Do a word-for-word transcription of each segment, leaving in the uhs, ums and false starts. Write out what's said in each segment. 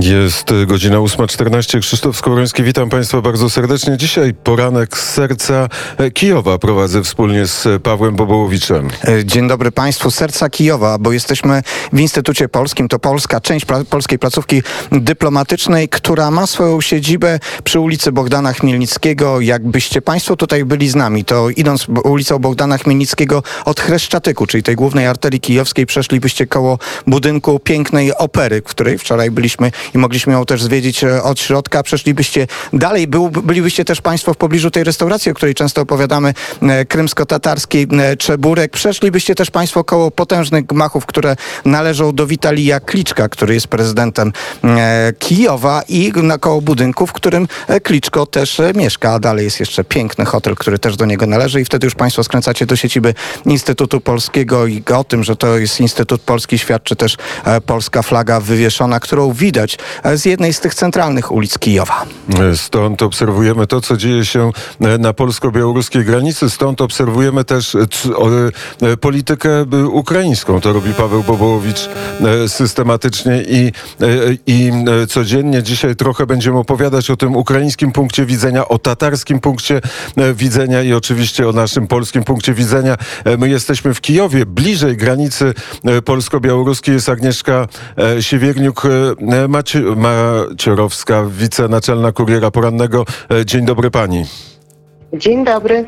Jest godzina ósma czternaście. Krzysztof Skowroński, witam Państwa bardzo serdecznie. Dzisiaj poranek z serca Kijowa prowadzę wspólnie z Pawłem Bobołowiczem. Dzień dobry Państwu. Serca Kijowa, bo jesteśmy w Instytucie Polskim. To polska część pla- polskiej placówki dyplomatycznej, która ma swoją siedzibę przy ulicy Bogdana Chmielnickiego. Jakbyście Państwo tutaj byli z nami, to idąc ulicą Bogdana Chmielnickiego od Chreszczatyku, czyli tej głównej arterii kijowskiej, przeszlibyście koło budynku pięknej opery, w której wczoraj byliśmy i mogliśmy ją też zwiedzić od środka. Przeszlibyście dalej, był, bylibyście też Państwo w pobliżu tej restauracji, o której często opowiadamy, krymsko-tatarskiej Czeburek. Przeszlibyście też Państwo koło potężnych gmachów, które należą do Witalija Kliczka, który jest prezydentem Kijowa, i na koło budynku, w którym Kliczko też mieszka, a dalej jest jeszcze piękny hotel, który też do niego należy, i wtedy już Państwo skręcacie do siedziby Instytutu Polskiego, i o tym, że to jest Instytut Polski, świadczy też polska flaga wywieszona, którą widać z jednej z tych centralnych ulic Kijowa. Stąd obserwujemy to, co dzieje się na polsko-białoruskiej granicy. Stąd obserwujemy też politykę ukraińską. To robi Paweł Bobołowicz systematycznie i, i codziennie. Dzisiaj trochę będziemy opowiadać o tym ukraińskim punkcie widzenia, o tatarskim punkcie widzenia i oczywiście o naszym polskim punkcie widzenia. My jesteśmy w Kijowie. Bliżej granicy polsko-białoruskiej jest Agnieszka Siewierniuk Maciorowska, wicenaczelna Kuriera Porannego. Dzień dobry pani. Dzień dobry.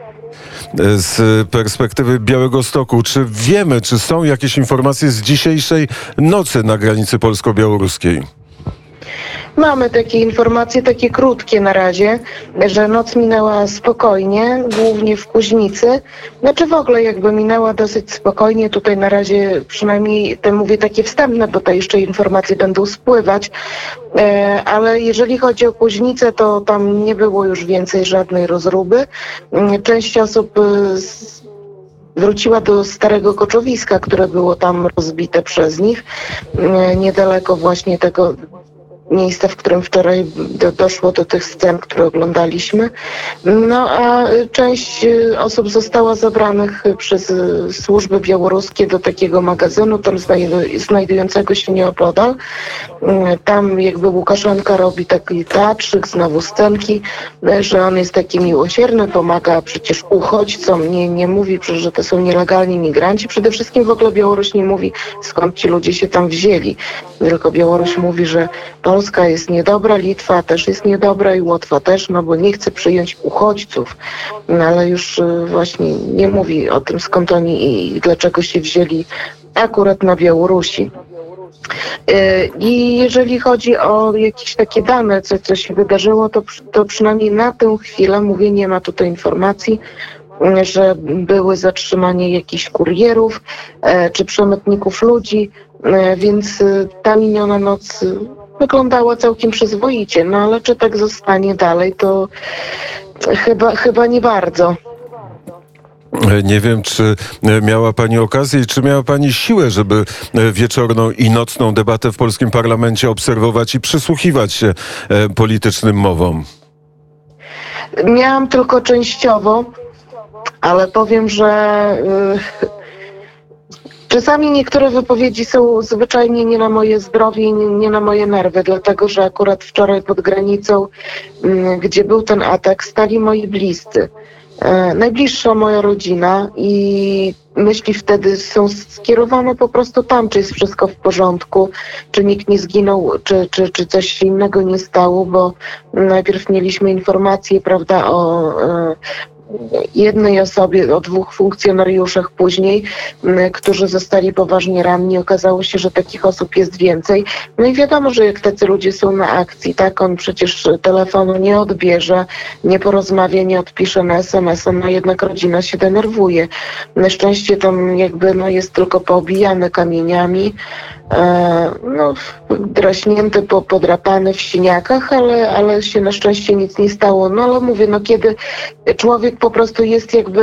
Z perspektywy Białegostoku, czy wiemy, czy są jakieś informacje z dzisiejszej nocy na granicy polsko-białoruskiej? Mamy takie informacje, takie krótkie na razie, że noc minęła spokojnie, głównie w Kuźnicy. Znaczy w ogóle jakby minęła dosyć spokojnie. Tutaj na razie przynajmniej, te mówię takie wstępne, bo te jeszcze informacje będą spływać. E, ale jeżeli chodzi o Kuźnicę, to tam nie było już więcej żadnej rozruby. Część osób z wróciła do starego koczowiska, które było tam rozbite przez nich, niedaleko właśnie tego miejsca, w którym wczoraj do, doszło do tych scen, które oglądaliśmy. No a część osób została zabranych przez służby białoruskie do takiego magazynu, tam znajdującego się nieopodal. Tam jakby Łukaszenka robi taki teatrzyk, znowu scenki, że on jest taki miłosierny, pomaga przecież uchodźcom, nie, nie mówi, że to są nielegalni migranci. Przede wszystkim w ogóle Białoruś nie mówi, skąd ci ludzie się tam wzięli. Tylko Białoruś mówi, że Polska jest niedobra, Litwa też jest niedobra i Łotwa też, no bo nie chce przyjąć uchodźców. No ale już właśnie nie mówi o tym, skąd oni i dlaczego się wzięli akurat na Białorusi. I jeżeli chodzi o jakieś takie dane, co, co się wydarzyło, to, to przynajmniej na tę chwilę, mówię, nie ma tutaj informacji, że były zatrzymanie jakichś kurierów czy przemytników ludzi, więc ta miniona noc wyglądała całkiem przyzwoicie. No ale czy tak zostanie dalej, to chyba, chyba nie bardzo. Nie wiem, czy miała pani okazję i czy miała pani siłę, żeby wieczorną i nocną debatę w polskim parlamencie obserwować i przysłuchiwać się politycznym mowom. Miałam tylko częściowo, ale powiem, że yy, czasami niektóre wypowiedzi są zwyczajnie nie na moje zdrowie i nie, nie na moje nerwy, dlatego że akurat wczoraj pod granicą, yy, gdzie był ten atak, stali moi bliscy. Yy, najbliższa moja rodzina, i myśli wtedy są skierowane po prostu tam, czy jest wszystko w porządku, czy nikt nie zginął, czy, czy, czy coś się innego nie stało, bo najpierw mieliśmy informacje, prawda, o yy, jednej osobie, o dwóch funkcjonariuszach później, którzy zostali poważnie ranni. Okazało się, że takich osób jest więcej. No i wiadomo, że jak tacy ludzie są na akcji, tak, on przecież telefonu nie odbierze, nie porozmawia, nie odpisze na es em es a, no jednak rodzina się denerwuje. Na szczęście tam jakby no, jest tylko poobijany kamieniami, e, no draśnięty, po, podrapany w siniakach, ale, ale się na szczęście nic nie stało. No ale mówię, no kiedy człowiek po prostu jest jakby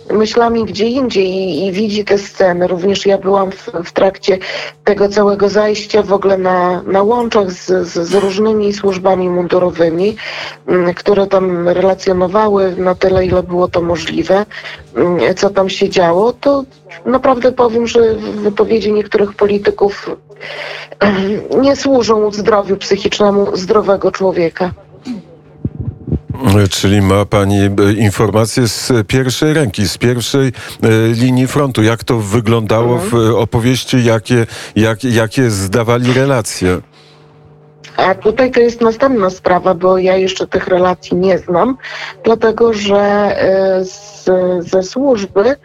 myślami gdzie indziej i, i widzi te sceny. Również ja byłam w, w trakcie tego całego zajścia w ogóle na, na łączach z, z, z różnymi służbami mundurowymi, m, które tam relacjonowały na tyle, ile było to możliwe, m, co tam się działo, to naprawdę powiem, że wypowiedzi niektórych polityków em, nie służą zdrowiu psychicznemu zdrowego człowieka. Czyli ma pani e, informacje z pierwszej ręki, z pierwszej e, linii frontu. Jak to wyglądało w e, opowieści, jakie, jak, jakie zdawali relacje? A tutaj to jest następna sprawa, bo ja jeszcze tych relacji nie znam, dlatego że e, z, ze służby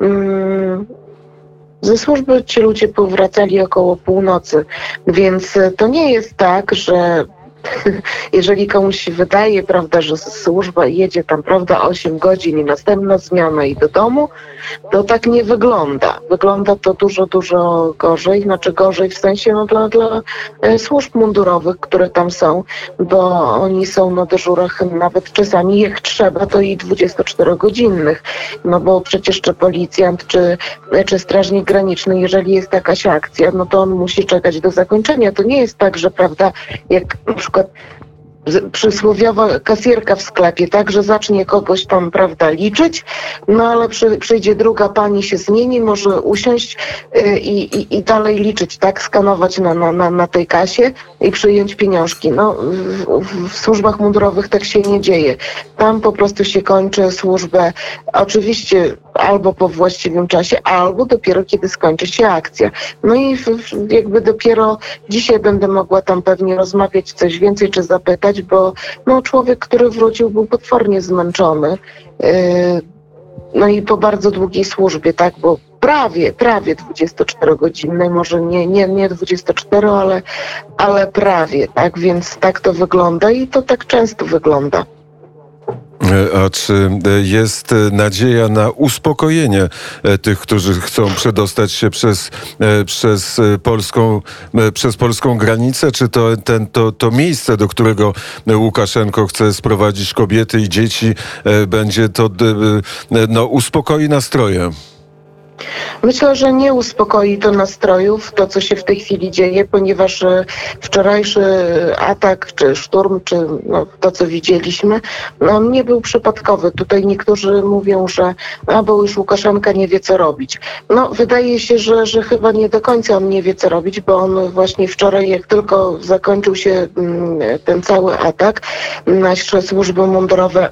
mm, ze służby ci ludzie powracali około północy, więc to nie jest tak, że jeżeli komuś się wydaje, prawda, że służba jedzie tam, prawda, osiem godzin i następna zmiana i do domu, to tak nie wygląda. Wygląda to dużo, dużo gorzej, znaczy gorzej w sensie no, dla, dla e, służb mundurowych, które tam są, bo oni są na dyżurach nawet czasami jak trzeba, to i dwudziestoczterogodzinnych, no bo przecież czy policjant, czy, czy strażnik graniczny, jeżeli jest jakaś akcja, no to on musi czekać do zakończenia. To nie jest tak, że prawda, jak na przykład z- przysłowiowa kasjerka w sklepie, tak, że zacznie kogoś tam, prawda, liczyć, no ale przy, przyjdzie druga pani, się zmieni, może usiąść y, i, i, i dalej liczyć, tak, skanować na, na, na, na tej kasie i przyjąć pieniążki. No w, w, w służbach mundurowych tak się nie dzieje. Tam po prostu się kończy służbę, oczywiście albo po właściwym czasie, albo dopiero kiedy skończy się akcja. No i w, w, jakby dopiero dzisiaj będę mogła tam pewnie rozmawiać coś więcej, czy zapytać, bo no, człowiek, który wrócił, był potwornie zmęczony. Yy, no i po bardzo długiej służbie, tak, bo prawie, prawie dwudziestoczterogodzinnej, może nie, nie, nie dwudziestocztery, ale, ale prawie, tak, więc tak to wygląda i to tak często wygląda. E, A czy e, jest e, nadzieja na uspokojenie e, tych, którzy chcą przedostać się przez, e, przez, e, polską, e, przez polską granicę? Czy to, ten, to, to miejsce, do którego e, Łukaszenko chce sprowadzić kobiety i dzieci, e, będzie to, d- e, no, uspokoi nastroje? Myślę, że nie uspokoi to nastrojów, to co się w tej chwili dzieje, ponieważ e, wczorajszy atak, czy szturm, czy no, to co widzieliśmy, no, nie był przypadkowy. Tutaj niektórzy mówią, że a, bo już Łukaszenka nie wie co robić. No wydaje się, że, że chyba nie do końca on nie wie co robić, bo on właśnie wczoraj, jak tylko zakończył się mm, ten cały atak, nasze służby mundurowe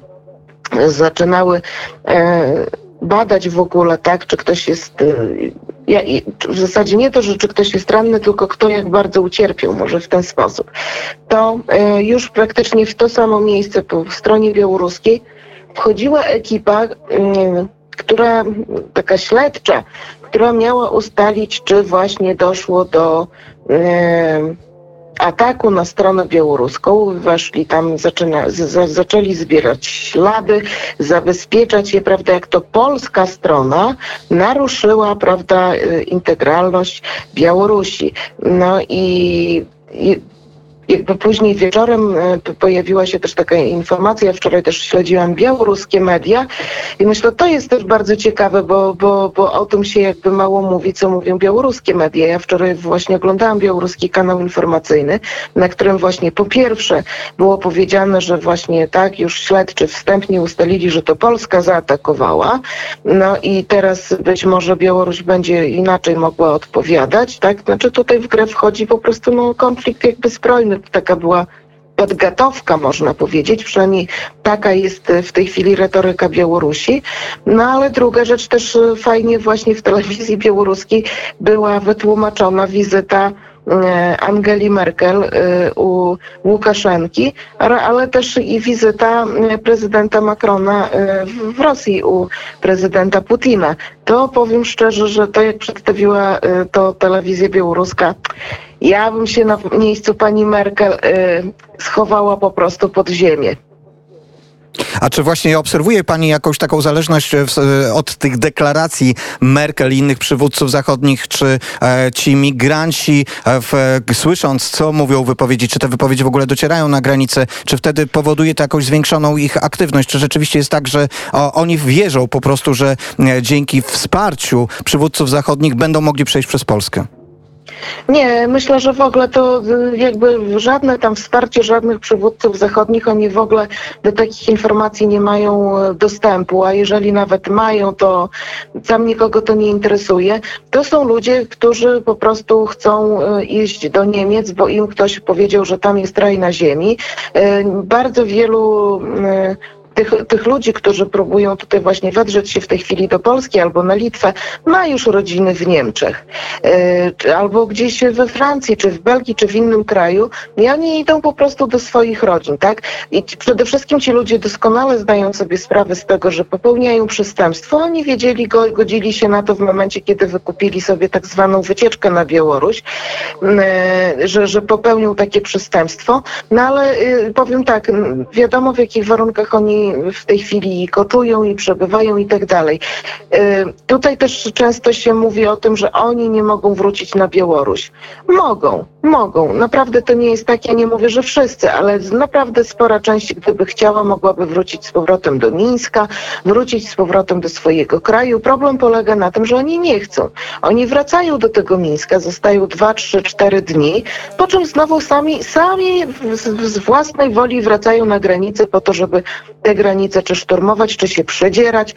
zaczynały e, badać w ogóle, tak, czy ktoś jest, y, ja, i- czy w zasadzie nie to, że czy ktoś jest ranny, tylko kto jak bardzo ucierpiał, może w ten sposób. To y, już praktycznie w to samo miejsce po stronie białoruskiej wchodziła ekipa, y, która, taka śledcza, która miała ustalić, czy właśnie doszło do y, ataku na stronę białoruską. Weszli tam, zaczyna, z, z, zaczęli zbierać ślady, zabezpieczać je, prawda, jak to polska strona naruszyła, prawda, y, integralność Białorusi. No i, i jakby później wieczorem e, p- pojawiła się też taka informacja, wczoraj też śledziłam białoruskie media i myślę, to jest też bardzo ciekawe, bo, bo, bo o tym się jakby mało mówi, co mówią białoruskie media. Ja wczoraj właśnie oglądałam białoruski kanał informacyjny, na którym właśnie po pierwsze było powiedziane, że właśnie tak, już śledczy wstępnie ustalili, że to Polska zaatakowała, no i teraz być może Białoruś będzie inaczej mogła odpowiadać, tak? Znaczy tutaj w grę wchodzi po prostu no, konflikt jakby zbrojny. Taka była podgatowka, można powiedzieć, przynajmniej taka jest e, w tej chwili retoryka Białorusi. No ale druga rzecz też e, fajnie właśnie w telewizji białoruskiej była wytłumaczona wizyta e, Angeli Merkel e, u Łukaszenki, ale ale też i wizyta e, prezydenta Macrona e, w w Rosji u prezydenta Putina. To powiem szczerze, że to jak przedstawiła e, to telewizja białoruska, ja bym się na miejscu pani Merkel y, schowała po prostu pod ziemię. A czy właśnie obserwuje pani jakąś taką zależność w, od tych deklaracji Merkel i innych przywódców zachodnich, czy e, ci migranci, e, w, słysząc, co mówią wypowiedzi, czy te wypowiedzi w ogóle docierają na granicę, czy wtedy powoduje to jakąś zwiększoną ich aktywność? Czy rzeczywiście jest tak, że o, oni wierzą po prostu, że e, dzięki wsparciu przywódców zachodnich będą mogli przejść przez Polskę? Nie, myślę, że w ogóle to y, jakby żadne tam wsparcie żadnych przywódców zachodnich, oni w ogóle do takich informacji nie mają e, dostępu, a jeżeli nawet mają, to tam nikogo to nie interesuje. To są ludzie, którzy po prostu chcą e, iść do Niemiec, bo im ktoś powiedział, że tam jest raj na ziemi. E, Bardzo wielu e, Tych, tych ludzi, którzy próbują tutaj właśnie wedrzeć się w tej chwili do Polski albo na Litwę, ma już rodziny w Niemczech, e, czy, albo gdzieś we Francji, czy w Belgii, czy w innym kraju i oni idą po prostu do swoich rodzin, tak? I ci, przede wszystkim ci ludzie doskonale zdają sobie sprawę z tego, że popełniają przestępstwo. Oni wiedzieli, go, godzili się na to w momencie, kiedy wykupili sobie tak zwaną wycieczkę na Białoruś, e, że, że popełnią takie przestępstwo. No ale e, powiem tak, wiadomo w jakich warunkach oni w tej chwili kotują i przebywają i tak dalej. Tutaj też często się mówi o tym, że oni nie mogą wrócić na Białoruś. Mogą, mogą. Naprawdę to nie jest tak, ja nie mówię, że wszyscy, ale naprawdę spora część, gdyby chciała, mogłaby wrócić z powrotem do Mińska, wrócić z powrotem do swojego kraju. Problem polega na tym, że oni nie chcą. Oni wracają do tego Mińska, zostają dwa, trzy, cztery dni, po czym znowu sami, sami z, z własnej woli wracają na granicę po to, żeby te granice czy szturmować, czy się przedzierać.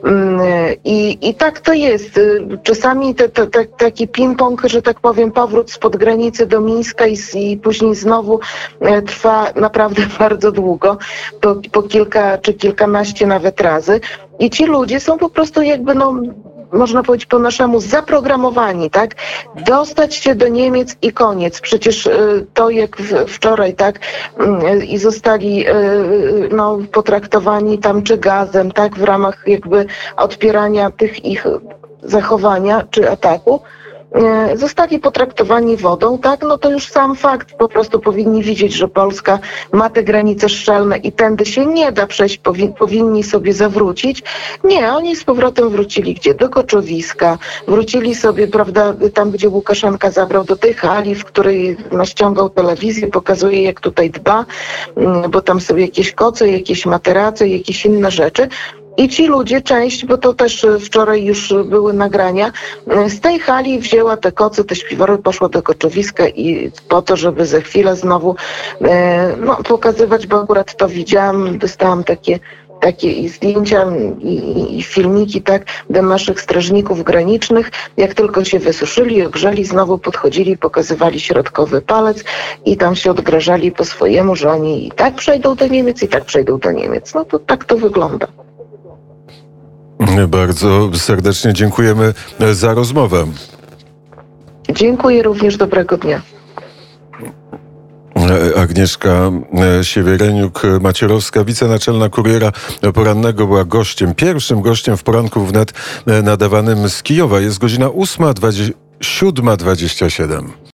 I, i tak to jest. Czasami te, te, te, taki ping-pong, że tak powiem, powrót spod granicy do Mińska i, i później znowu trwa naprawdę bardzo długo, po, po kilka czy kilkanaście nawet razy. I ci ludzie są po prostu jakby, no, można powiedzieć po naszemu, zaprogramowani, tak? Dostać się do Niemiec i koniec. Przecież y, to jak w, wczoraj, tak? Y, I zostali y, no, potraktowani tam czy gazem, tak? W ramach jakby odpierania tych ich zachowania czy ataku. Zostali potraktowani wodą, tak? No to już sam fakt, po prostu powinni widzieć, że Polska ma te granice szczelne i tędy się nie da przejść, powi- powinni sobie zawrócić. Nie, oni z powrotem wrócili gdzie? Do Koczowiska, wrócili sobie, prawda, tam gdzie Łukaszenka zabrał, do tej hali, w której naściągał telewizję, pokazuje jak tutaj dba, bo tam sobie jakieś koce, jakieś materace, jakieś inne rzeczy. I ci ludzie, część, bo to też wczoraj już były nagrania, z tej hali wzięła te koce, te śpiwory, poszła do Koczowiska i po to, żeby za chwilę znowu e, no, pokazywać, bo akurat to widziałam, dostałam takie takie i zdjęcia i, i filmiki, tak, do naszych strażników granicznych. Jak tylko się wysuszyli, ogrzeli, znowu podchodzili, pokazywali środkowy palec i tam się odgrażali po swojemu, że oni i tak przejdą do Niemiec, i tak przejdą do Niemiec. No to tak to wygląda. Bardzo serdecznie dziękujemy za rozmowę. Dziękuję również, dobrego dnia. Agnieszka Siewiereniuk-Macierowska, wicenaczelna Kuriera Porannego, była gościem, pierwszym gościem w Poranku Wnet nadawanym z Kijowa. Jest godzina ósma, siódma dwadzieścia siedem.